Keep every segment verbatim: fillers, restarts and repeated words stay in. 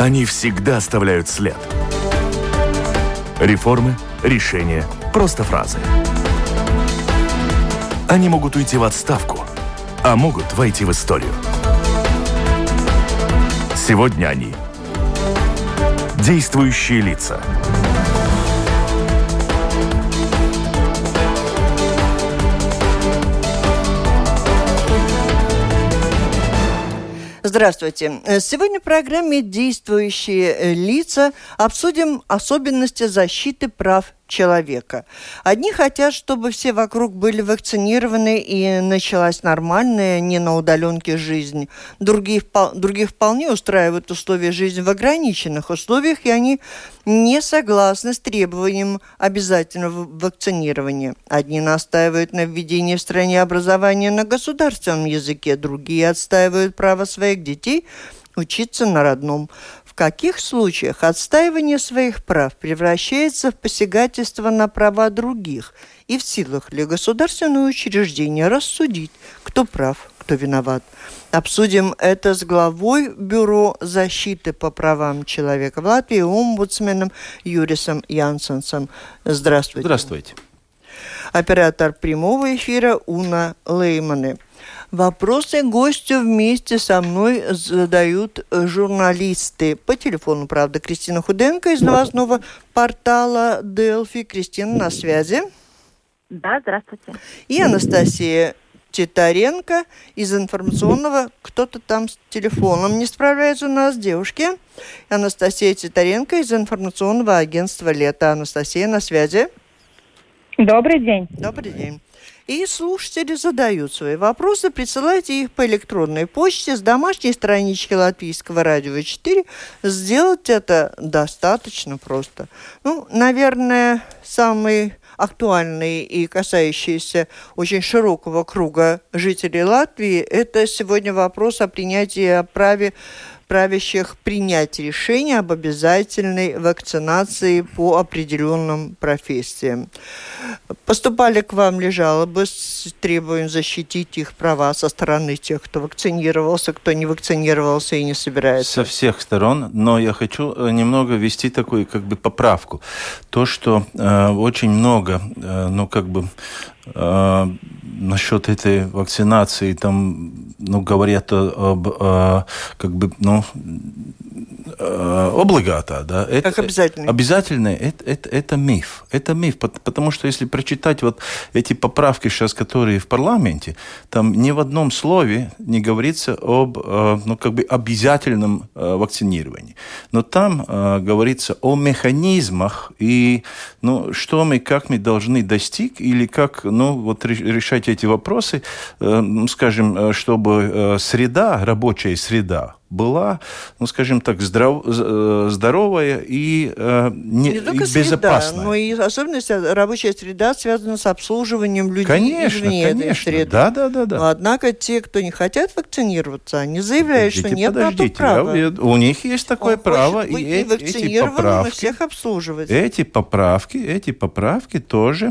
Они всегда оставляют след. Реформы, решения, просто фразы. Они могут уйти в отставку, а могут войти в историю. Сегодня они – действующие лица. Здравствуйте. Сегодня в программе «Действующие лица» обсудим особенности защиты прав человека. Одни хотят, чтобы все вокруг были вакцинированы и началась нормальная, не на удаленке жизнь. Другие, других вполне устраивают условия жизни в ограниченных условиях, и они не согласны с требованием обязательного вакцинирования. Одни настаивают на введении в стране образования на государственном языке, другие отстаивают право своих детей учиться на родном. В каких случаях отстаивание своих прав превращается в посягательство на права других? И в силах ли государственное учреждение рассудить, кто прав, кто виноват? Обсудим это с главой Бюро защиты по правам человека в Латвии, омбудсменом Юрисом Янсенсом. Здравствуйте. Здравствуйте. Оператор прямого эфира Уна Леймане. Вопросы гостю вместе со мной задают журналисты. По телефону, правда, Кристина Худенко из новостного портала Делфи. Кристина, на связи. Да, здравствуйте. И Анастасия Титаренко из информационного. Кто-то там с телефоном не справляется у нас, девушки. Анастасия Титаренко из информационного агентства «Лето». Анастасия, на связи. Добрый день. Добрый день. И слушатели задают свои вопросы. Присылайте их по электронной почте с домашней странички Латвийского радио четыре. Сделать это достаточно просто. Ну, наверное, самый актуальный и касающийся очень широкого круга жителей Латвии, это сегодня вопрос о принятии, о праве правящих принять решение об обязательной вакцинации по определенным профессиям. Поступали к вам ли жалобы с требованием защитить их права со стороны тех, кто вакцинировался, кто не вакцинировался и не собирается? Со всех сторон, но я хочу немного ввести такую как бы поправку. То, что э, очень много, э, ну как бы э, насчет этой вакцинации, там, ну, говорят об, э, как бы, ну, э, облигато, да. Это, как обязательно. Обязательно, это, это, это миф. Это миф, потому что если прочитать вот эти поправки сейчас, которые в парламенте, там ни в одном слове не говорится об, э, ну, как бы обязательном э, вакцинировании. Но там э, говорится о механизмах и, ну, что мы, как мы должны достичь или как, ну, вот решать эти вопросы, э, ну, скажем, чтобы среда, рабочая среда была, ну, скажем так, здрав, здоровая и, э, не, не только и безопасная. Среда, но и особенность рабочая среда связана с обслуживанием людей конечно, извне конечно. этой среды. Да, да, да, да. Однако те, кто не хотят вакцинироваться, они заявляют, подождите, что нет на то права. Я, у них есть такое Он право. Быть и и эти поправки, и всех обслуживать. Эти поправки, эти поправки тоже...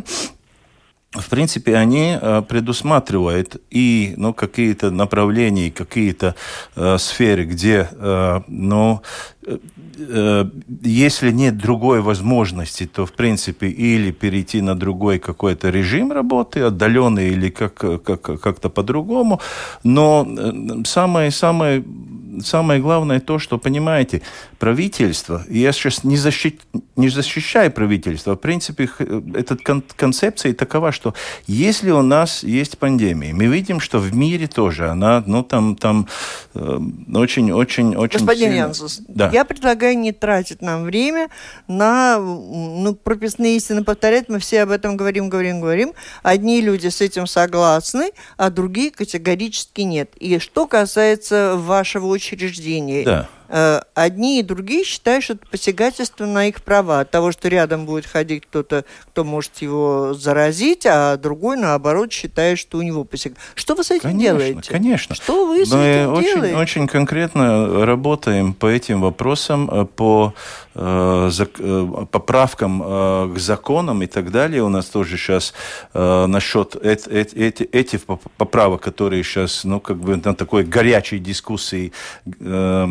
В принципе, они э, предусматривают и, ну, какие-то направления, какие-то э, сферы, где, э, ну, э, если нет другой возможности, то, в принципе, или перейти на другой какой-то режим работы, отдаленный или как, как, как-то по-другому. Но самое, самое, самое главное то, что, понимаете, правительство, и я сейчас не, защит, не защищаю правительство, в принципе, эта кон- концепция такова, что если у нас есть пандемия, мы видим, что в мире тоже она, ну, там, там очень-очень-очень... Э, Господин Янсенс, да. Я предлагаю не тратить нам время на, ну, прописные истины повторять. Мы все об этом говорим, говорим, говорим. Одни люди с этим согласны, а другие категорически нет. И что касается вашего учреждения... Да. Одни и другие считают, что это посягательство на их права. От того, что рядом будет ходить кто-то, кто может его заразить, а другой, наоборот, считает, что у него посягательство. Что вы с этим конечно, делаете? Конечно, Что вы с Мы этим очень, делаете? очень конкретно работаем по этим вопросам, по э, зак, э, поправкам э, к законам и так далее. У нас тоже сейчас э, насчет эт, эт, эти, эти поправок, которые сейчас, ну, как бы на такой горячей дискуссии э, э,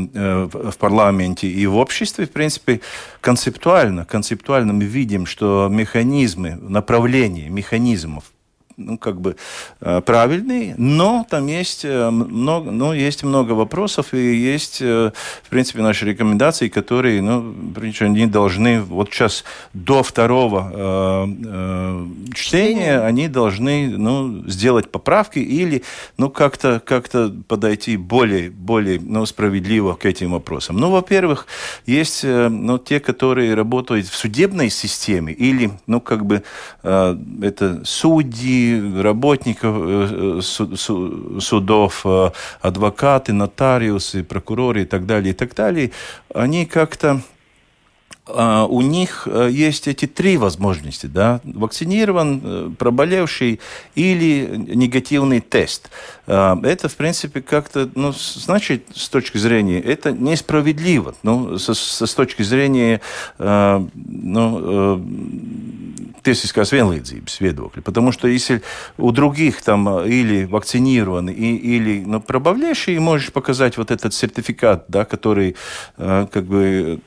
в парламенте и в обществе, в принципе, концептуально, концептуально мы видим, что механизмы, направления механизмов, ну, как бы правильный, но там есть много, ну, есть много вопросов, и есть, в принципе, наши рекомендации, которые, ну, они должны, вот сейчас до второго э, э, чтения, они должны, ну, сделать поправки или, ну, как-то, как-то подойти более, более, ну, справедливо к этим вопросам. Ну, во-первых, есть, ну, те, которые работают в судебной системе, или, ну, как бы, э, это судьи, работников судов, адвокаты, нотариусы, прокуроры и так далее, и так далее, они как-то у них есть эти три возможности, да, вакцинирован, проболевший или негативный тест. Это, в принципе, как-то, ну, значит, с точки зрения, это несправедливо, ну, со, со, с точки зрения, ну, tiesiskās vienlīdzības viedokļa. Потому что если у других там или вакцинированы, и, или, ну, проболевший, можешь показать вот этот сертификат, да, который, как бы,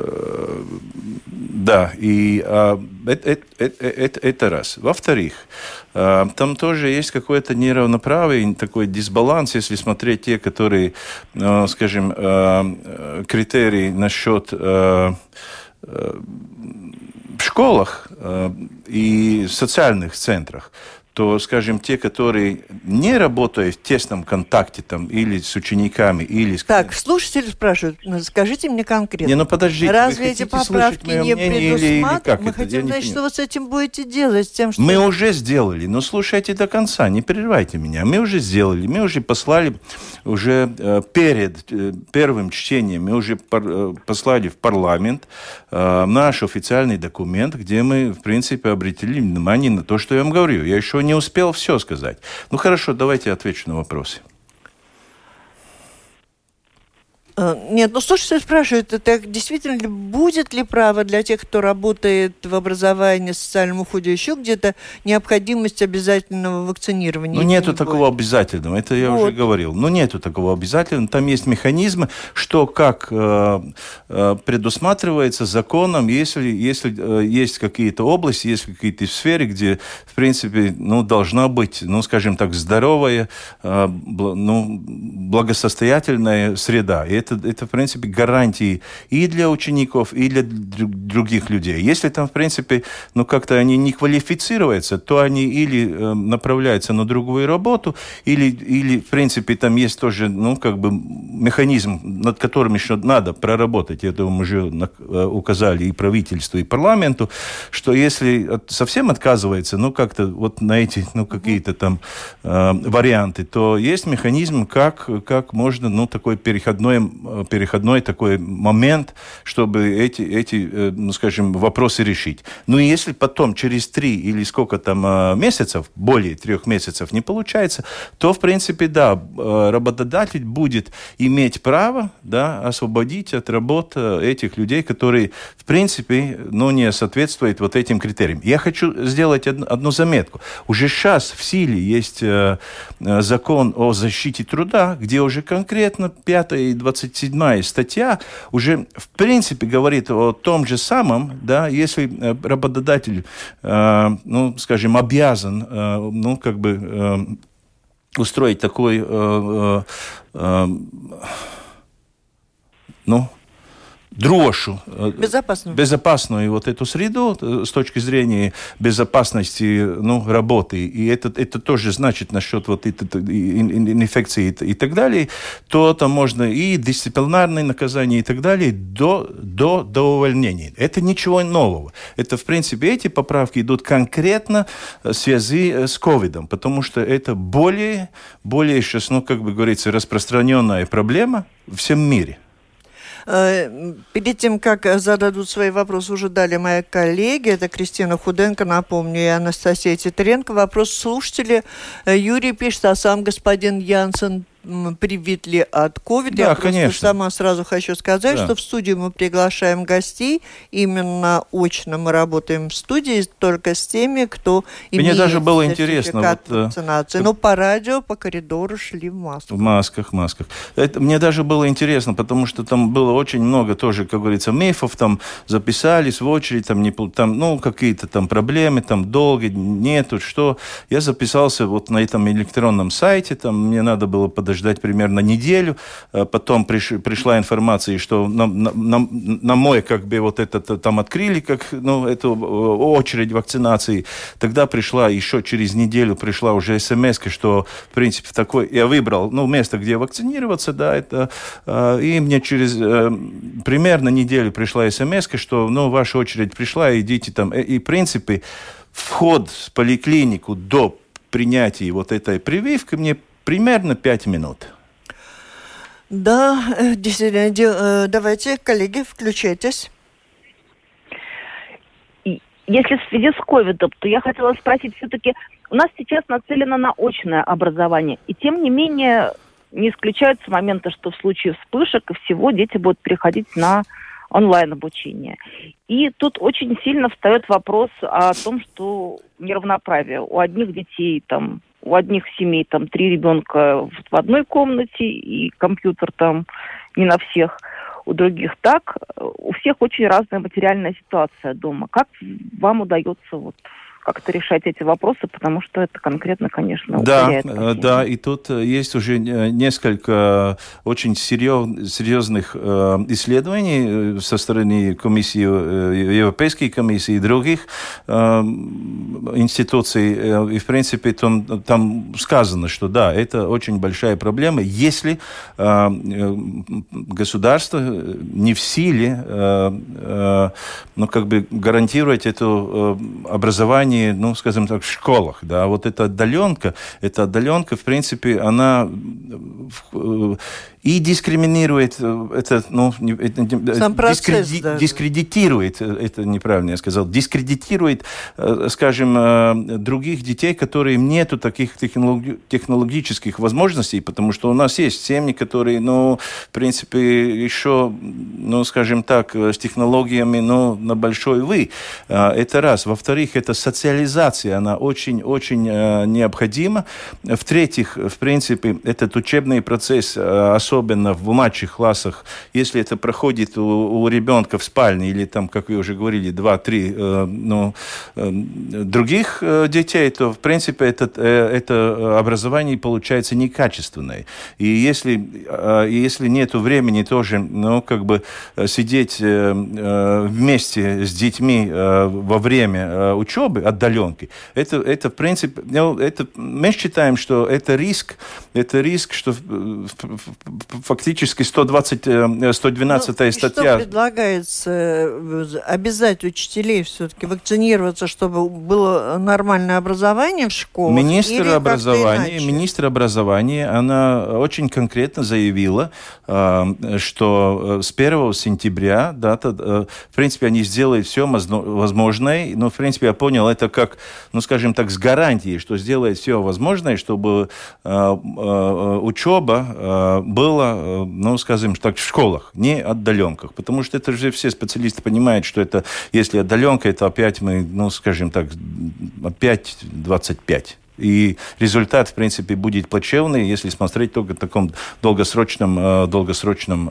да, и а, это, это, это, это раз. Во-вторых, а, там тоже есть какое-то неравноправие, такой дисбаланс, если смотреть те, которые, а, скажем, а, критерии насчет а, а, в школах а, и в социальных центрах, то, скажем, те, которые не работают в тесном контакте там, или с учениками, или с... Так, слушатели спрашивают, скажите мне конкретно. Не, ну подождите, разве эти поправки не предусматривают? Мы хотим знать, что вы с этим будете делать? С тем, что... Мы уже сделали, но слушайте до конца, не прерывайте меня. Мы уже сделали, мы уже послали, уже э, перед э, первым чтением, мы уже пар, э, послали в парламент э, наш официальный документ, где мы, в принципе, обратили внимание на то, что я вам говорю. Я еще не успел все сказать. Ну, хорошо, давайте отвечу на вопросы. Нет, ну слушайте, спрашивают, это действительно будет ли право для тех, кто работает в образовании, социальном уходе, еще где-то необходимость обязательного вакцинирования? Ну, нету такого обязательного, это я вот. уже говорил. Ну, нету такого обязательного. Там есть механизмы, что как э, э, предусматривается законом, если, если э, есть какие-то области, есть какие-то сферы, где, в принципе, ну, должна быть, ну, скажем так, здоровая, э, бл- ну, благосостоятельная среда. И это, это, в принципе, гарантии и для учеников, и для других людей. Если там, в принципе, ну, как-то они не квалифицируются, то они или э, направляются на другую работу, или, или, в принципе, там есть тоже, ну, как бы механизм, над которым еще надо проработать. Это мы уже указали и правительству, и парламенту, что если совсем отказывается, ну, как-то вот на эти, ну, какие-то там э, варианты, то есть механизм, как, как можно, ну, такой переходной переходной такой момент, чтобы эти, эти, ну, скажем, вопросы решить. Ну, и если потом через три или сколько там месяцев, более трех месяцев не получается, то, в принципе, да, работодатель будет иметь право, да, освободить от работы этих людей, которые, в принципе, ну, не соответствуют вот этим критериям. Я хочу сделать одну, одну заметку. Уже сейчас в силе есть закон о защите труда, где уже конкретно пятая и двадцать седьмая статья уже, в принципе, говорит о том же самом, да, если работодатель, э, ну, скажем, обязан, э, ну, как бы э, устроить такой, э, э, ну, дрошу, безопасную. безопасную вот эту среду с точки зрения безопасности, ну, работы, и это, это тоже значит насчет вот инфекции и, и так далее, то там можно и дисциплинарные наказания и так далее до, до, до увольнения. Это ничего нового. Это, в принципе, эти поправки идут конкретно в связи с ковидом, потому что это более, более сейчас, ну, как бы говорится, распространенная проблема во всем мире. Перед тем, как зададут свои вопросы, уже дали мои коллеги, это Кристина Худенко, напомню, и Анастасия Титаренко. Вопрос слушателя. Юрий пишет, а сам господин Янсен привит ли от ковида. Да, Я конечно. просто сама сразу хочу сказать, да. что в студию мы приглашаем гостей. Именно очно мы работаем в студии только с теми, кто Мне имеет даже было сертификат интересно, вакцинации. Вот, Но по радио, по коридору шли в масках. В масках, масках. Это, мне даже было интересно, потому что там было очень много тоже, как говорится, мифов. Там записались в очередь, там, не, там ну, какие-то там проблемы, там долго нету, что. Я записался вот на этом электронном сайте, там мне надо было подождать примерно неделю, потом приш, пришла информация, что на, на, на, на мой, как бы, вот этот, там открыли, как, ну, эту очередь вакцинации. Тогда пришла, еще через неделю пришла уже смс, что, в принципе, такой, я выбрал, ну, место, где вакцинироваться, да, это, и мне через примерно неделю пришла смс, что, ну, ваша очередь пришла, идите там, и, в принципе, вход в поликлинику до принятия вот этой прививки мне примерно пять минут. Да, действительно. Давайте, коллеги, включайтесь. Если в связи с ковидом, то я хотела спросить, все-таки у нас сейчас нацелено на очное образование, и тем не менее не исключаются моменты, что в случае вспышек и всего дети будут переходить на онлайн-обучение. И тут очень сильно встает вопрос о том, что неравноправие. У одних детей, там, у одних семей там три ребенка в одной комнате, и компьютер там не на всех, у других так. У всех очень разная материальная ситуация дома. Как вам удается вот как-то решать эти вопросы, потому что это конкретно, конечно, да, да, и тут есть уже несколько очень серьезных исследований со стороны комиссии, Европейской комиссии и других институций, и, в принципе, там, там сказано, что да, это очень большая проблема, если государство не в силе, ну, как бы гарантировать это образование, ну, скажем так, в школах, да, вот эта отдаленка, эта отдаленка, в принципе, она и дискриминирует, это, ну, сам процесс, дискреди, да. дискредитирует, это неправильно я сказал, дискредитирует, скажем, других детей, которым нету таких технологи- технологических возможностей, потому что у нас есть семьи, которые, ну, в принципе, еще, ну, скажем так, с технологиями, ну, на большой «вы». Это раз. Во-вторых, это социализация, она очень-очень необходима. В-третьих, в принципе, этот учебный процесс, особенно в младших классах, если это проходит у, у ребенка в спальне или там, как вы уже говорили, два-три э, ну, э, других э, детей, то, в принципе, этот, э, это образование получается некачественное. И если, э, если нет времени тоже, ну, как бы сидеть э, э, вместе с детьми э, во время э, учебы, отдаленки, это, это, в принципе, ну, это, мы считаем, что это риск, это риск, что фактически сто двадцать, сто двенадцатая ну, статья. Что предлагается? Обязать учителей все-таки вакцинироваться, чтобы было нормальное образование в школах? Министр образования, министр образования, она очень конкретно заявила, что с первого сентября, да, в принципе, они сделают все возможное, но, в принципе, я понял, это как, ну, скажем так, с гарантией, что сделает все возможное, чтобы учеба было, ну, скажем так, в школах, не отдаленках. Потому что это же все специалисты понимают, что это, если отдаленка, это опять мы, ну, скажем так, опять двадцать пять. И результат, в принципе, будет плачевный, если смотреть только в таком долгосрочном, долгосрочном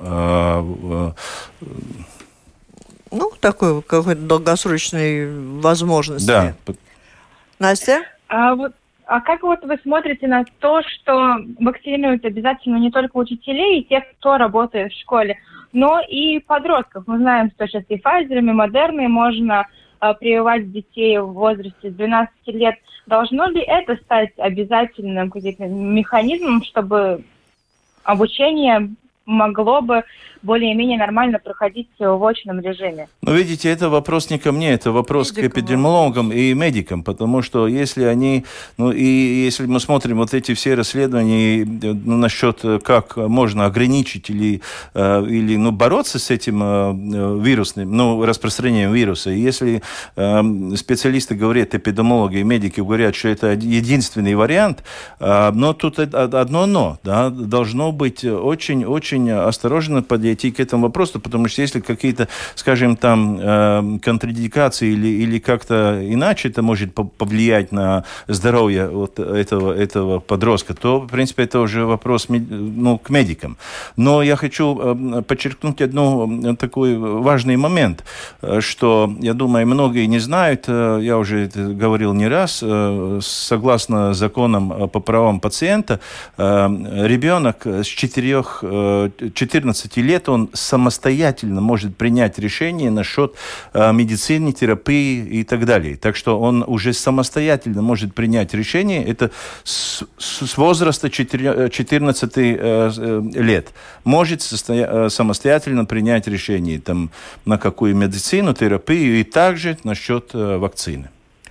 ну, такой какой-то долгосрочной возможности. Да. Настя? А вот А как вот вы смотрите на то, что вакцинируют обязательно не только учителей и тех, кто работает в школе, но и подростков? Мы знаем, что сейчас и Pfizer, и Moderna можно а, прививать детей в возрасте двенадцати лет. Должно ли это стать обязательным каким-то механизмом, чтобы обучение могло бы более-менее нормально проходить в очном режиме. Ну, видите, это вопрос не ко мне, это вопрос медикам, к эпидемиологам и медикам, потому что если они, ну, и если мы смотрим вот эти все расследования, ну, насчет как можно ограничить или, или ну, бороться с этим вирусным, ну, распространением вируса, если специалисты говорят, эпидемиологи и медики говорят, что это единственный вариант, но тут одно но, да, должно быть очень-очень осторожно подойти к этому вопросу, потому что если какие-то, скажем, там э, контрадикации или, или как-то иначе это может повлиять на здоровье вот этого, этого подростка, то, в принципе, это уже вопрос ну, к медикам. Но я хочу э, подчеркнуть один такой важный момент, что, я думаю, многие не знают, э, я уже это говорил не раз, э, согласно законам по правам пациента, э, ребенок с четырнадцати лет он самостоятельно может принять решение насчет э, медицины, терапии и так далее. Так что он уже самостоятельно может принять решение. Это с, с возраста четырнадцати э, лет. Может состоя- самостоятельно принять решение там, на какую медицину, терапию и также насчет э, вакцины.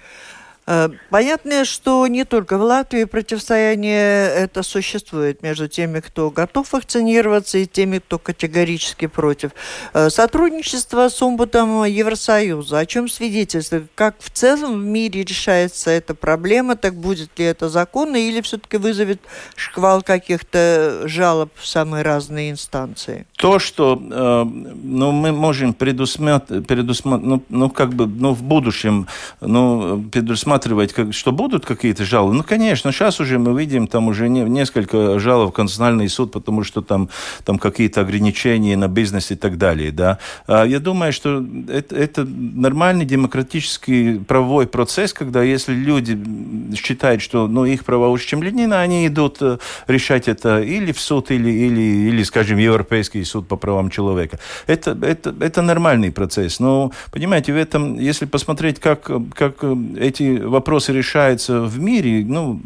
Понятно, что не только в Латвии противостояние это существует между теми, кто готов вакцинироваться, и теми, кто категорически против. Сотрудничество с омбудом Евросоюза, о чем свидетельствует? Как в целом в мире решается эта проблема? Так будет ли это законно или все-таки вызовет шквал каких-то жалоб в самые разные инстанции? То, что э, ну, мы можем предусматривать, предусмат... ну, ну, как бы, ну, в будущем ну, предусматривать, что будут какие-то жалобы. Ну, конечно, сейчас уже мы видим, там уже не, несколько жалоб в Конституционный суд, потому что там, там какие-то ограничения на бизнес и так далее. Да. Я думаю, что это, это нормальный демократический правовой процесс, когда если люди считают, что ну, их права ущемлены, они идут решать это или в суд, или, или, или скажем, в Европейский суд по правам человека. Это, это, это нормальный процесс. Но, понимаете, в этом, если посмотреть, как, как эти вопросы решаются в мире, ну,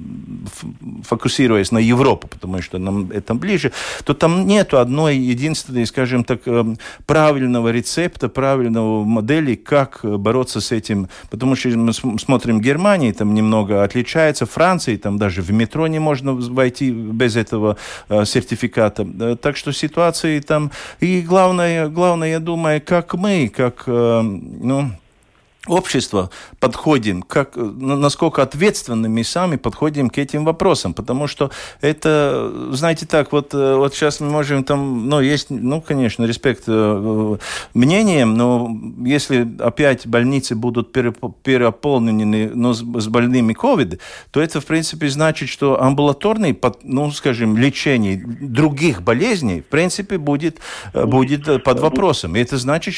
фокусируясь на Европу, потому что нам это ближе, то там нету одной единственной, скажем так, правильного рецепта, правильного модели, как бороться с этим. Потому что мы смотрим Германии, там немного отличается, Франции, там даже в метро не можно войти без этого сертификата. Так что ситуации там... И главное, главное, я думаю, как мы, как, ну... общество подходим, как, насколько ответственно мы сами подходим к этим вопросам, потому что это, знаете, так, вот, вот сейчас мы можем там, ну, есть, ну, конечно, респект э, мнениям, но если опять больницы будут переполнены, но с, с больными ковид, то это, в принципе, значит, что амбулаторное, ну, скажем, лечение других болезней, в принципе, будет, будет под вопросом. И это значит,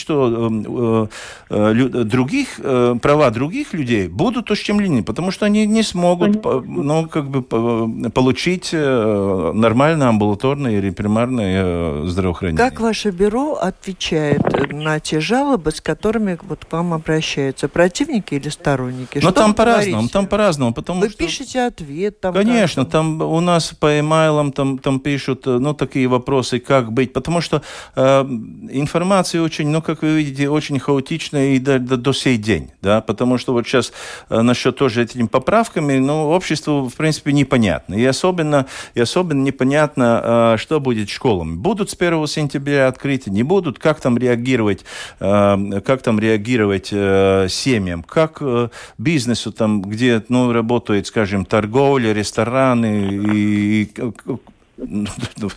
что э, э, других права других людей будут ущемлены, потому что они не смогут ну, как бы, получить нормальное амбулаторное или примарное здравоохранение. Как ваше бюро отвечает на те жалобы, с которыми вот к вам обращаются? Противники или сторонники? Ну, там по-разному, там по-разному. Потому Вы что... пишете ответ? Там Конечно, как-то... там у нас по имейлам там, там пишут ну, такие вопросы, как быть, потому что э, информация очень, ну, как вы видите, очень хаотичная и до, до, до сей день. Да, потому что вот сейчас э, насчет тоже этими поправками, ну, обществу, в принципе, непонятно. И особенно, и особенно непонятно, э, что будет с школами. Будут с первого сентября открыты, не будут, как там реагировать, э, как там реагировать э, семьям, как э, бизнесу, там, где ну, работает, скажем, торговля, рестораны и... и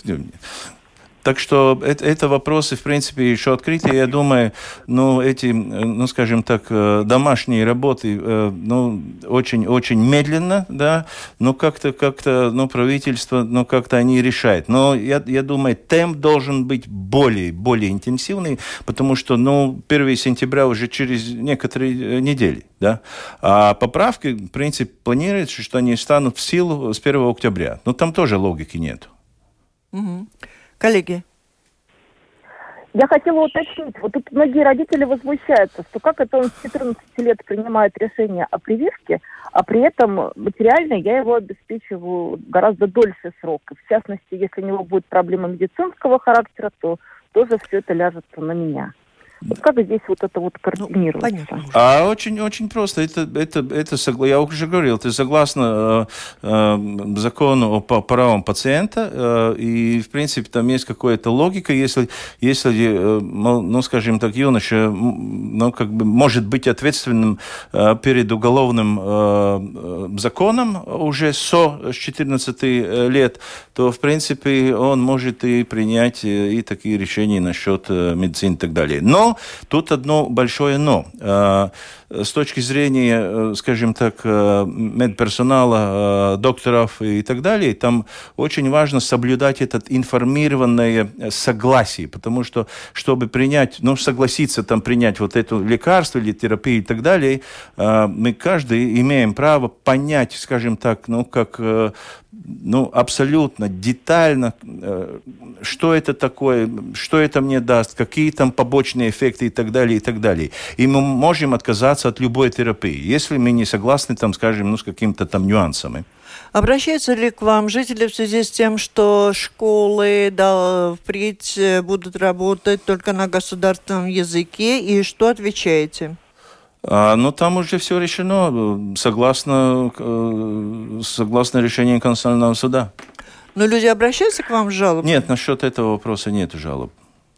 Так что это, это вопросы, в принципе, еще открытые. Я думаю, ну, эти, ну, скажем так, домашние работы, ну, очень-очень медленно, да, но как-то, как-то, ну, правительство, ну, как-то они решают. Но я, я думаю, темп должен быть более, более интенсивный, потому что, ну, первого сентября уже через некоторые недели, да. А поправки, в принципе, планируется, что они станут в силу с первого октября. Но там тоже логики нет. Угу. Коллеги. Я хотела уточнить, вот тут многие родители возмущаются, что как это он с четырнадцати лет принимает решение о прививке, а при этом материально я его обеспечиваю гораздо дольше срока. В частности, если у него будет проблема медицинского характера, то тоже все это ляжется на меня. Вот как здесь вот это вот координируется? Ну, а очень, очень просто. Это, это, это, я уже говорил, это согласно э, э, закону о правам пациента, э, и, в принципе, там есть какая-то логика, если, если э, ну, скажем так, юноша, ну, как бы может быть ответственным э, перед уголовным э, законом уже со четырнадцати лет, то, в принципе, он может и принять и такие решения насчет э, медицины и так далее. Но тут одно большое «но». С точки зрения, скажем так, медперсонала, докторов и так далее, там очень важно соблюдать это информированное согласие, потому что, чтобы принять, ну, согласиться там принять вот это лекарство или терапию и так далее, мы каждый имеем право понять, скажем так, ну, как, ну, абсолютно детально, что это такое, что это мне даст, какие там побочные эффекты и так далее, и так далее. И мы можем отказаться от любой терапии, если мы не согласны, там, скажем, ну, с какими-то там нюансами. Обращаются ли к вам жители в связи с тем, что школы, да, впредь будут работать только на государственном языке, и что отвечаете? А, ну, там уже все решено, согласно, согласно решению Конституционного суда. Но люди обращаются к вам с жалобами? Нет, насчет этого вопроса нет жалоб.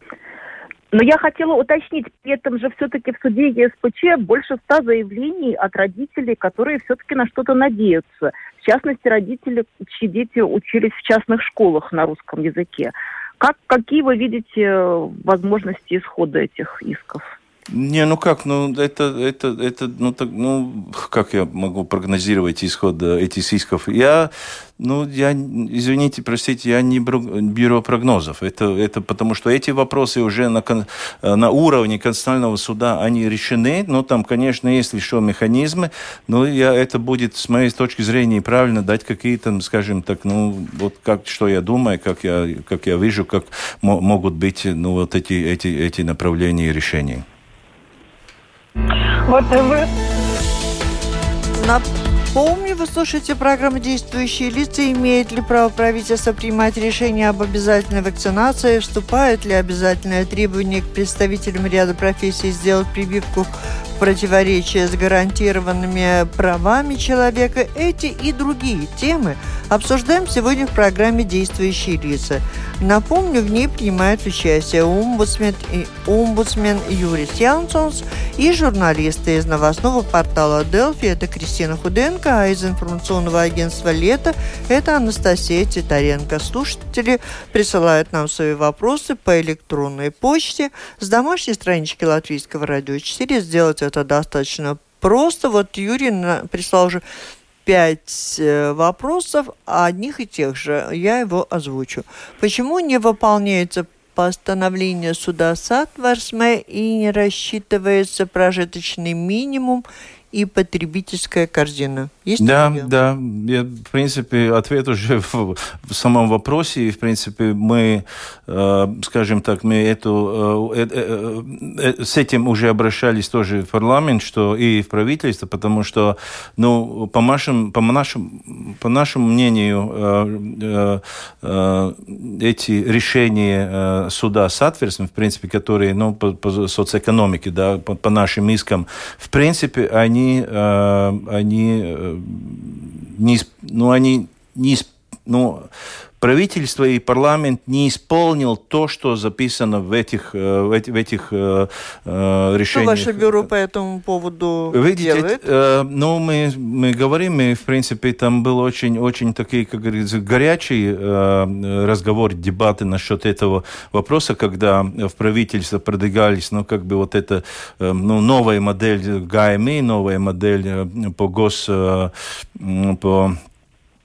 Но я хотела уточнить, при этом же все-таки в суде ЕСПЧ больше ста заявлений от родителей, которые все-таки на что-то надеются. В частности, родители, чьи дети учились в частных школах на русском языке. Как, какие вы видите возможности исхода этих исков? Не, ну как, ну это, это, это, ну так, ну как я могу прогнозировать исход этих исков? Я, ну я, извините, простите, я не бюро прогнозов. Это, это потому что эти вопросы уже на, на уровне Конституционного суда они решены. Но там, конечно, есть еще механизмы. Но я, это будет с моей точки зрения правильно дать какие-то, скажем так, ну вот как что я думаю, как я, как я вижу, как м- могут быть, ну вот эти, эти, эти направления и решения. Вот вы... Напомню, вы слушаете программу «Действующие лица». Имеет ли право правительство принимать решение об обязательной вакцинации? Вступают ли обязательные требования к представителям ряда профессий сделать прививку в противоречие с гарантированными правами человека? Эти и другие темы обсуждаем сегодня в программе «Действующие лица». Напомню, в ней принимают участие омбудсмен, и, омбудсмен Юрис Янсонс и журналисты из новостного портала «Делфи». Это Кристина Худенко, а из информационного агентства «Лето» это Анастасия Титаренко. Слушатели присылают нам свои вопросы по электронной почте с домашней странички Латвийского радио четыре. Сделать это достаточно просто. Вот Юрий прислал уже пять вопросов, одних и тех же. Я его озвучу. Почему не выполняется постановление суда Сатверсме и не рассчитывается прожиточный минимум и потребительская корзина? Есть да, видео? Да. Я, в принципе, ответ уже в, в самом вопросе. И, в принципе, мы, э, скажем так, мы эту, э, э, э, с этим уже обращались тоже в парламент, что и в правительство, потому что, ну, по нашему, по нашему, по нашему мнению, э, э, эти решения э, суда Сатверсме, в принципе, которые, ну, по, по социоэкономике, да, по, по нашим искам, в принципе, они Они, э, они, э, не, ну, они не, ну, правительство и парламент не исполнил то, что записано в этих, в этих, в этих э, решениях. Что ваше бюро по этому поводу Видите, делает? Э, ну, мы, мы говорим, мы, в принципе, там был очень, очень такие, как говорится, горячий э, разговор, дебаты насчет этого вопроса, когда в правительство продвигались, ну, как бы вот это, э, ну, новая модель ГАМИ, новая модель по гос... Э, по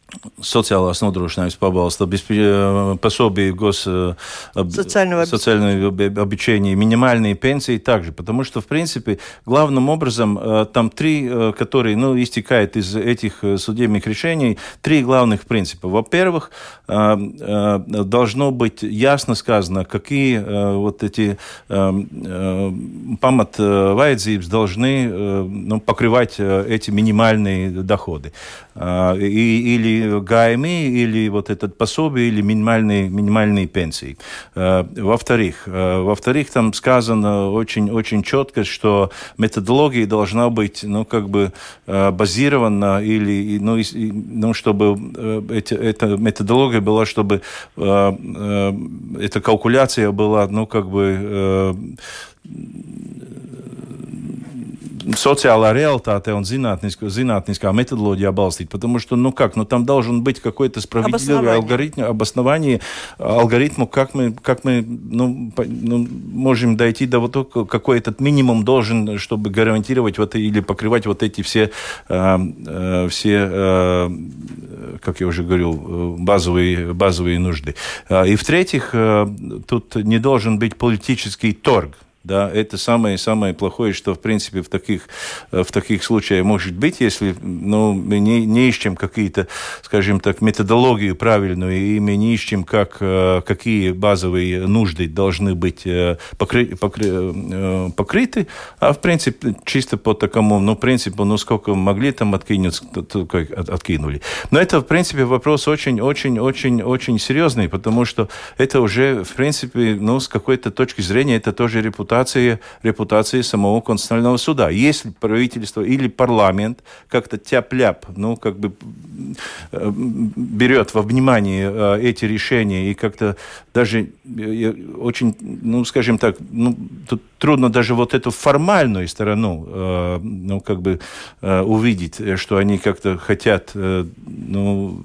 sociālās nodrošinājums pabalsta, пособие гос социального, социального обеспечения, минимальные пенсии также. Потому что, в принципе, главным образом там три, которые ну, истекают из этих судебных решений, три главных принципа. Во-первых, должно быть ясно сказано, какие вот эти памат vajadzības должны ну, покрывать эти минимальные доходы. И, или ГАМИ, или вот этот пособие, или минимальные, минимальные пенсии. Во-вторых, во-вторых, там сказано очень, очень четко, что методология должна быть, ну, как бы базирована, или, ну, и, ну чтобы эти, эта методология была, чтобы эта калькуляция была, ну, как бы социальная реalitāte un zinātniskā методология balstīt, потому что, ну как, ну там должен быть какой-то справедливый алгоритм, обоснование алгоритму, как мы, как мы ну, по, ну, можем дойти до вот того, какой этот минимум должен, чтобы гарантировать вот, или покрывать вот эти все, э, все э, как я уже говорил, базовые, базовые нужды. И в-третьих, э, тут не должен быть политический торг. Да, это самое, самое плохое, что, в принципе, в таких, в таких случаях может быть, если ну, мы не, не ищем какие-то, скажем так, методологию правильную, и мы не ищем, как, какие базовые нужды должны быть покры, покры, покрыты, а, в принципе, чисто по такому, ну, принципу, ну, сколько могли там откинуть, откинули. Но это, в принципе, вопрос очень-очень-очень-очень серьезный, потому что это уже, в принципе, ну, с какой-то точки зрения, это тоже репутация Репутации, репутации самого Конституционного суда. Если правительство или парламент как-то тяп-ляп, ну, как бы берет во внимание эти решения и как-то даже очень, ну, скажем так, ну, тут трудно даже вот эту формальную сторону, ну, как бы увидеть, что они как-то хотят, ну,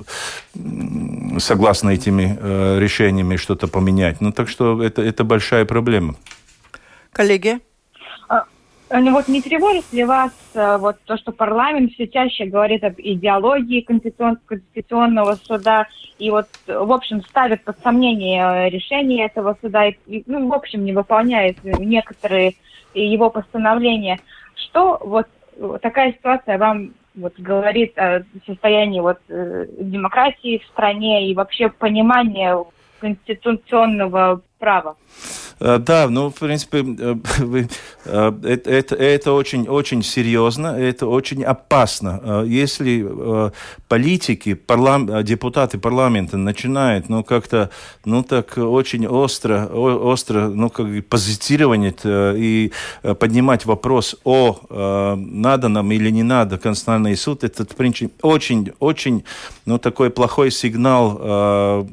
согласно этими решениями что-то поменять. Ну, так что это, это большая проблема. Коллеги? А, ну вот не тревожит ли вас а, вот то, что парламент все чаще говорит об идеологии конституцион- Конституционного суда и вот, в общем, ставит под сомнение решение этого суда и, ну, в общем, не выполняет некоторые его постановления. Что вот такая ситуация вам вот говорит о состоянии вот демократии в стране и вообще понимания конституционного права? Да, ну, в принципе, это, это, это очень, очень серьезно, это очень опасно. Если политики, парлам, депутаты парламента начинают, ну, как-то, ну, так очень остро, остро, ну, как бы позиционировать и поднимать вопрос о надо нам или не надо Конституционный суд, это, в принципе, очень, очень, ну, такой плохой сигнал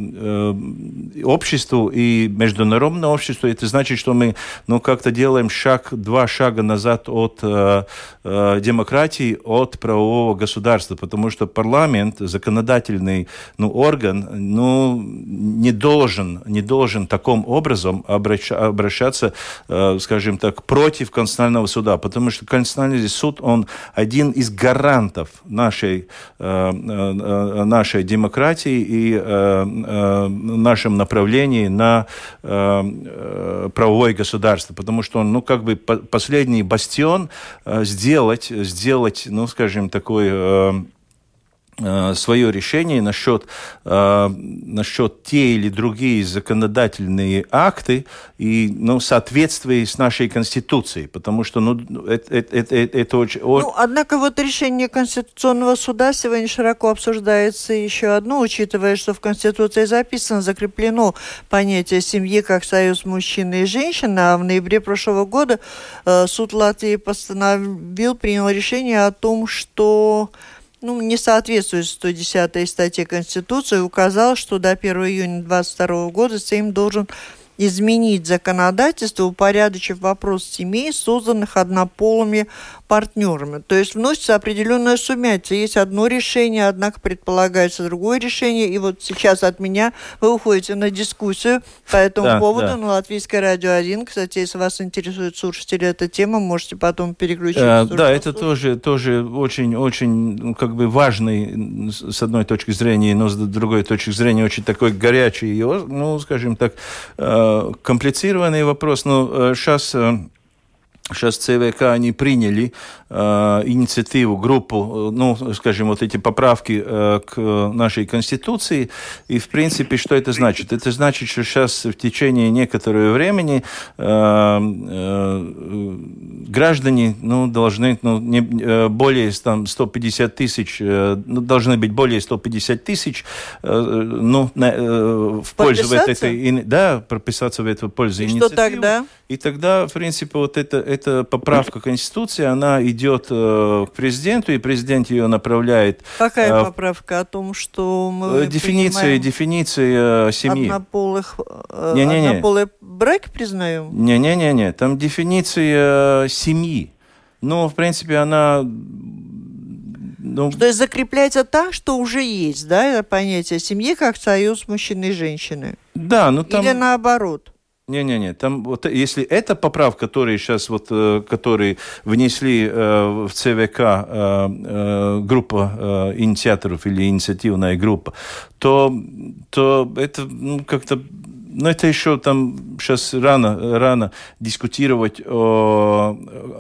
обществу и международному обществу. Это значит, что мы, ну, как-то делаем шаг, два шага назад от э, э, демократии, от правового государства, потому что парламент, законодательный, ну, орган, ну, не должен, не должен таким образом обращ, обращаться, э, скажем так, против Конституционного суда, потому что Конституционный суд, он один из гарантов нашей, э, э, нашей демократии и э, э, нашем направлении на э, правовое государство, потому что он, ну, как бы последний бастион э, сделать, сделать, ну, скажем, такой э, свое решение насчет, э, насчет те или другие законодательные акты и, ну, соответствии с нашей Конституцией, потому что, ну, это, это, это, это очень... Ну, однако вот решение Конституционного суда сегодня широко обсуждается еще одно, учитывая, что в Конституции записано, закреплено понятие семьи как союз мужчины и женщины, а в ноябре прошлого года э, суд Латвии постановил, принял решение о том, что ну, не соответствует сто десятой статье Конституции, указал, что до первого июня двадцать второго года Сейм должен изменить законодательство, упорядочив вопрос семей, созданных однополыми партнерами. То есть вносится определенная сумятица. Есть одно решение, однако предполагается другое решение. И вот сейчас от меня вы уходите на дискуссию по этому да, поводу да. на Латвийское радио один. Кстати, если вас интересует, слушатели, эта тема, можете потом переключить. А, да, это тоже, тоже очень-очень как бы важный, с одной точки зрения, но с другой точки зрения очень такой горячий, ну, скажем так, комплицированный вопрос. Но сейчас... Сейчас ЦВК они приняли э, инициативу, группу, ну, скажем, вот эти поправки э, к нашей Конституции. И, в принципе, что это значит? Это значит, что сейчас в течение некоторого времени э, э, граждане ну, должны ну, не, более там, сто пятьдесят тысяч, э, ну, должны быть более сто пятьдесят тысяч э, ну, на, э, в пользу вот этой... Да, прописаться в эту пользу инициативы. И что тогда? И тогда, в принципе, вот это... эта поправка Конституции, она идет э, к президенту, и президент ее направляет... Какая э, поправка? О том, что мы Дефиниция, дефиниция э, семьи. Однополых, э, не, не, не. однополые браки признаем? Не-не-не, там дефиниция э, семьи. Ну, в принципе, она... Ну, то есть закрепляется так, что уже есть, да, понятие семьи как союз мужчины и женщины? Да, ну там... Или наоборот? Не-не-не, там вот если эта поправка, которые сейчас вот, э, которые внесли э, в ЦВК э, э, группа э, инициаторов или инициативная группа, то, то это ну, как-то, ну это еще там сейчас рано, рано дискутировать о,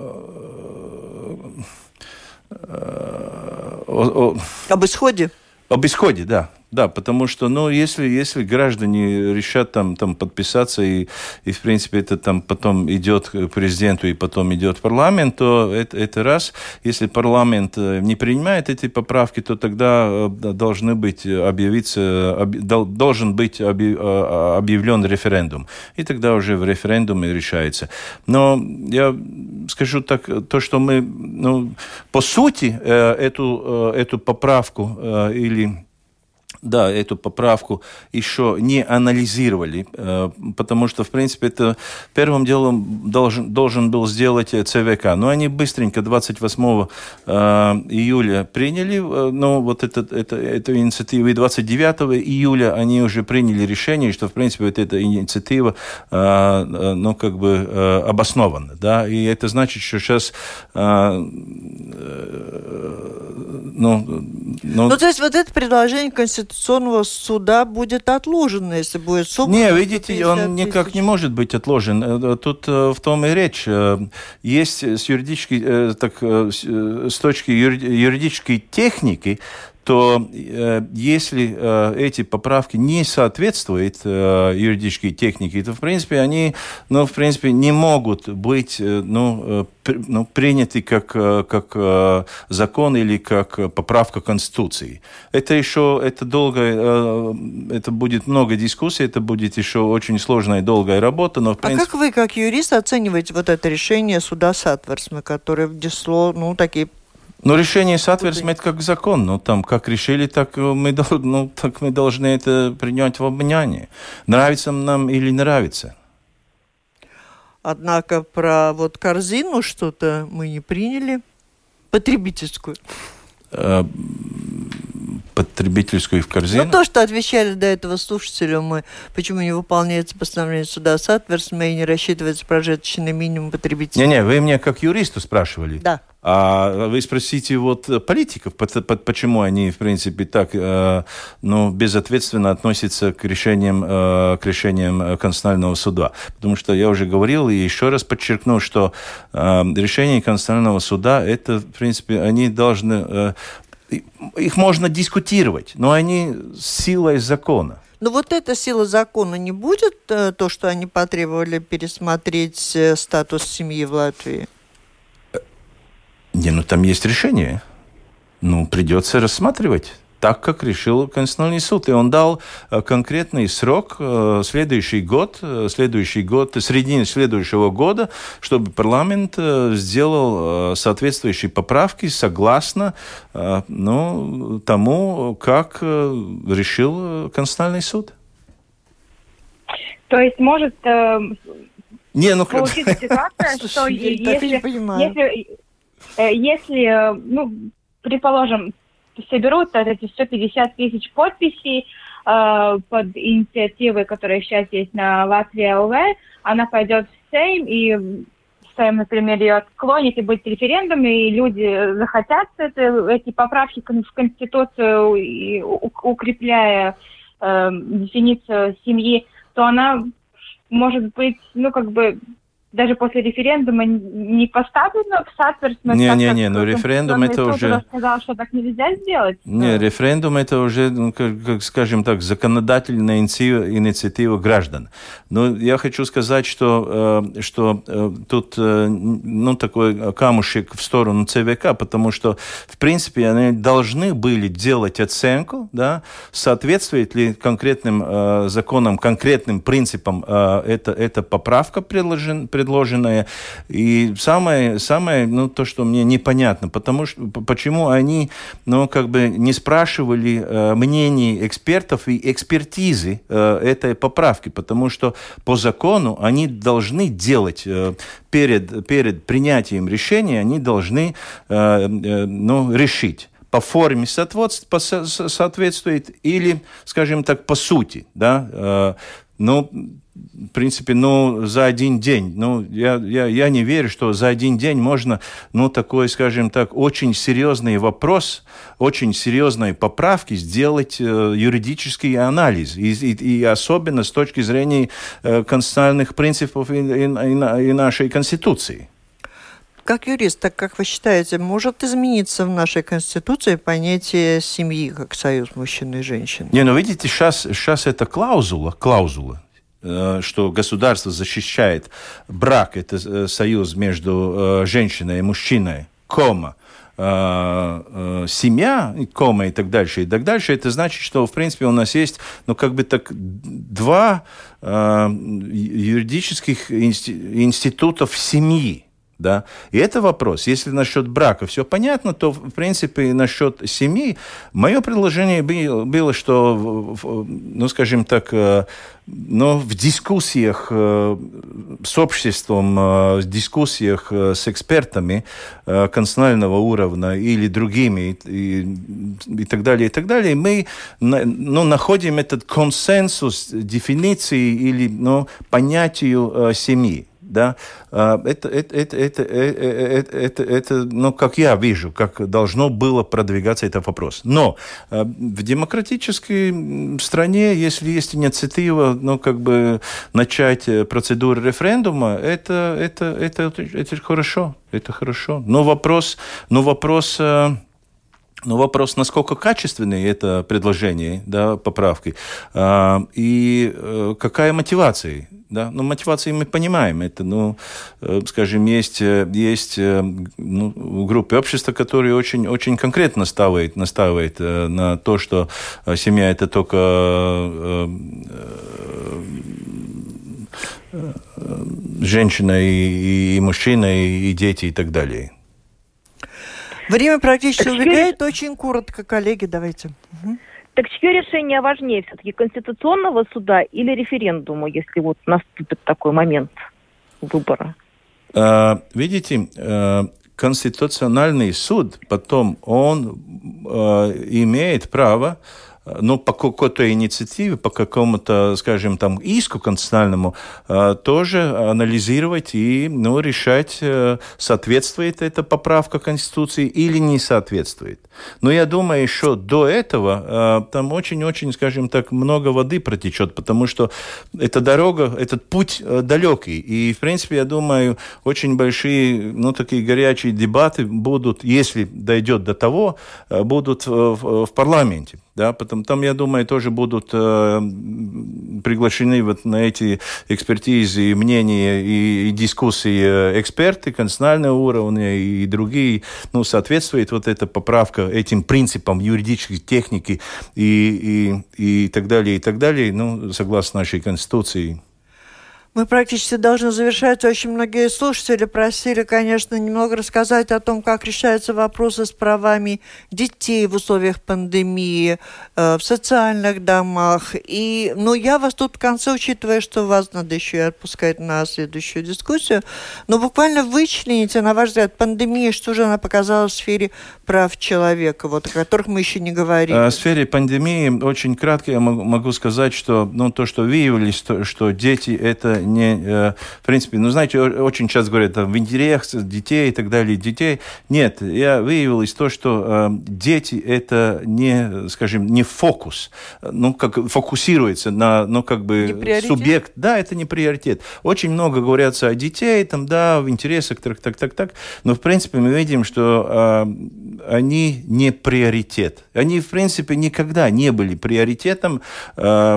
о, о, об исходе. Об исходе, да. Да, потому что, ну, если, если граждане решат там, там подписаться, и, и, в принципе, это там потом идет к президенту и потом идет в парламент, то это, это раз. Если парламент не принимает эти поправки, то тогда должны быть объявиться, об, должен быть объявлен референдум. И тогда уже в референдуме решается. Но я скажу так, то, что мы, ну, по сути, эту, эту поправку или... Да, эту поправку еще не анализировали, потому что, в принципе, это первым делом должен, должен был сделать ЦВК. Но они быстренько двадцать восьмого июля приняли ну, вот это, это, эту инициативу, и двадцать девятого июля они уже приняли решение, что, в принципе, вот эта инициатива ну, как бы обоснована. Да? И это значит, что сейчас... Ну, ну, ну, то есть вот это предложение Конституционного суда будет отложено, если будет суд. Не, видите, он никак не может быть отложен. Тут в том и речь. Есть с юридической, так, с точки юридической техники, то э, если э, эти поправки не соответствуют э, юридической технике, то, в принципе, они, ну, в принципе, не могут быть, э, ну, э, при, ну, приняты как, э, как э, закон или как поправка Конституции. Это еще, это долго, э, это будет много дискуссий, это будет еще очень сложная и долгая работа, но, в принципе... А как вы, как юрист, оцениваете вот это решение суда Сатверсме, которое внесло, ну, такие... Ну, решение Сатверсме это как закон. Ну, там, как решили, так мы, ну, так мы должны это принять во внимание. Нравится нам или нравится. Однако про вот корзину что-то мы не приняли. Потребительскую. Потребительскую в корзину? Ну, то, что отвечали до этого слушателю, мы, почему не выполняется постановление суда Сатверсме и не рассчитывается прожиточный минимум потребителя. Не-не, вы меня как юристу спрашивали. Да. А вы спросите вот политиков, почему они, в принципе, так ну, безответственно относятся к решениям, к решениям Конституционного суда. Потому что я уже говорил и еще раз подчеркну, что решения Конституционного суда, это, в принципе, они должны... Их можно дискутировать, но они силой закона. Но вот эта сила закона не будет, то, что они потребовали пересмотреть статус семьи в Латвии? Не, ну там есть решение. Ну, придется рассматривать так, как решил Конституционный суд. И он дал конкретный срок, следующий год, следующий год, середине следующего года, чтобы парламент сделал соответствующие поправки согласно ну, тому, как решил Конституционный суд. То есть может э, не, ну, получиться ситуация, что если, если, э, если, ну, предположим, соберут эти сто пятьдесят тысяч подписей э, под инициативой, которая сейчас есть на Латвия ЛВ, она пойдет в Сейм, и Сейм, например, ее отклонит, и будет референдум, и люди захотят это, эти поправки в Конституцию, и, у, укрепляя э, дефиницию семьи, то она может быть, ну, как бы, даже после референдума не поставлено в соответственно. Не-не-не, но референдум это уже... сказал, что так нельзя сделать. Не, референдум это уже, ну, как, как, скажем так, законодательная инициатива граждан. Но я хочу сказать, что, э, что э, тут, э, ну, такой камушек в сторону ЦВК, потому что, в принципе, они должны были делать оценку, да, соответствует ли конкретным э, законам, конкретным принципам э, эта, эта поправка предложена, предложенное. И самое, самое, ну, то, что мне непонятно, потому что, почему они, ну, как бы не спрашивали э, мнений экспертов и экспертизы э, этой поправки, потому что по закону они должны делать э, перед, перед принятием решения, они должны э, э, ну, решить, по форме соответствует или, скажем так, по сути, да, э, ну, в принципе, ну, за один день, ну, я, я, я не верю, что за один день можно, ну, такой, скажем так, очень серьезный вопрос, очень серьезные поправки сделать, э, юридический анализ, и, и, и особенно с точки зрения э, конституциональных принципов и, и, и нашей Конституции. Как юрист, так как вы считаете, может измениться в нашей Конституции понятие семьи как союз мужчины и женщины? Не, ну, видите, сейчас, сейчас это клаузула, клаузула, что государство защищает брак, это союз между женщиной и мужчиной, кома, семья, кома и так дальше, и так дальше, это значит, что, в принципе, у нас есть, ну, как бы так, два юридических институтов семьи. Да? И это вопрос. Если насчет брака все понятно, то, в принципе, насчет семьи, мое предложение было, что, ну, скажем так, но в дискуссиях с обществом, в дискуссиях с экспертами конституционального уровня или другими и, и так далее, и так далее, мы, ну, находим этот консенсус дефиниции или, ну, понятию семьи. Да, это, это, это, это, это, это, это, ну, как я вижу, как должно было продвигаться этот вопрос. Но в демократической стране, если есть инициатива, ну, как бы начать процедуру референдума, это, это, это, это хорошо, это хорошо. Но вопрос, но вопрос... Но вопрос, насколько качественное это предложение, да, поправки, а, и а, какая мотивация. Да? Ну, мотивации мы понимаем. Это, ну, скажем, есть, есть ну, группы общества, которые очень, очень конкретно настаивают, настаивают на то, что семья – это только женщина и, и мужчина, и, и дети, и так далее. Время практически убегает. Очень коротко, коллеги, давайте. Угу. Так чье решение важнее все-таки, Конституционного суда или референдума, если вот наступит такой момент выбора? А, видите, Конституционный суд потом, он а, имеет право, ну, по какой-то инициативе, по какому-то, скажем, там, иску конституциональному, э, тоже анализировать и, ну, решать, э, соответствует эта поправка Конституции или не соответствует. Но я думаю, еще до этого э, там очень-очень, скажем так, много воды протечет, потому что эта дорога, этот путь э, далекий. И, в принципе, я думаю, очень большие, ну, такие горячие дебаты будут, если дойдет до того, э, будут э, в, в парламенте. Да, потом там, я думаю, тоже будут э, приглашены вот на эти экспертизы, мнения и, и дискуссии эксперты конституционального уровня и другие. Ну, соответствует вот эта поправка этим принципам юридической техники и, и, и так далее, и так далее, ну, согласно нашей Конституции. Мы практически должны завершать. Очень многие слушатели просили, конечно, немного рассказать о том, как решаются вопросы с правами детей в условиях пандемии, э, в социальных домах. И, ну, я вас тут в конце, учитывая, что вас надо еще и отпускать на следующую дискуссию, но буквально вычлените, на ваш взгляд, пандемия, что же она показала в сфере прав человека, вот, о которых мы еще не говорили. В сфере пандемии очень кратко я могу сказать, что ну, то, что выявилось, то, что дети это не, в принципе, ну, знаете, очень часто говорят, в интересах детей и так далее, детей. Нет, я выявилось то, что э, дети это не, скажем, не фокус, ну, как фокусируется на, ну, как бы, субъект. Да, это не приоритет. Очень много говорятся о детей, там, да, в интересах, так, так, так, так, но, в принципе, мы видим, что э, они не приоритет. Они, в принципе, никогда не были приоритетом. Э,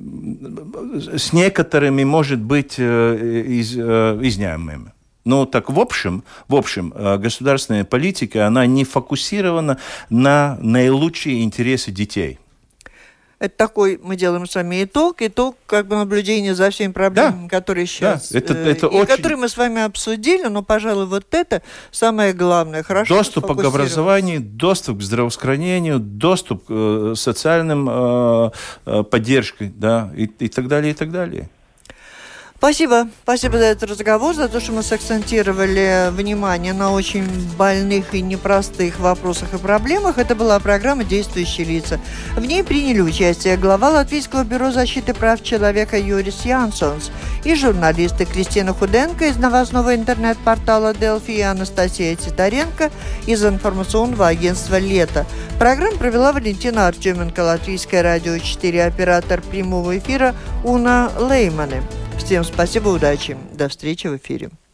с некоторыми, может быть, из, изняемыми. Но так в общем, в общем, государственная политика, она не фокусирована на наилучшие интересы детей. Это такой, мы делаем с вами итог, итог как бы наблюдения за всеми проблемами, да, которые сейчас, да, это, это э, очень... и которые мы с вами обсудили, но, пожалуй, вот это самое главное. Хорошо доступ к образованию, доступ к здравоохранению, доступ к э, социальным э, э, поддержке, да, и, и так далее, и так далее. Спасибо. Спасибо за этот разговор, за то, что мы сакцентировали внимание на очень больных и непростых вопросах и проблемах. Это была программа «Действующие лица». В ней приняли участие глава Латвийского бюро защиты прав человека Юрис Янсонс и журналисты Кристина Худенко из новостного интернет-портала «Делфи» и Анастасия Титаренко из информационного агентства «Лето». Программу провела Валентина Артеменко, Латвийское радио четыре, оператор прямого эфира Уна Леймане. Всем спасибо, удачи. До встречи в эфире.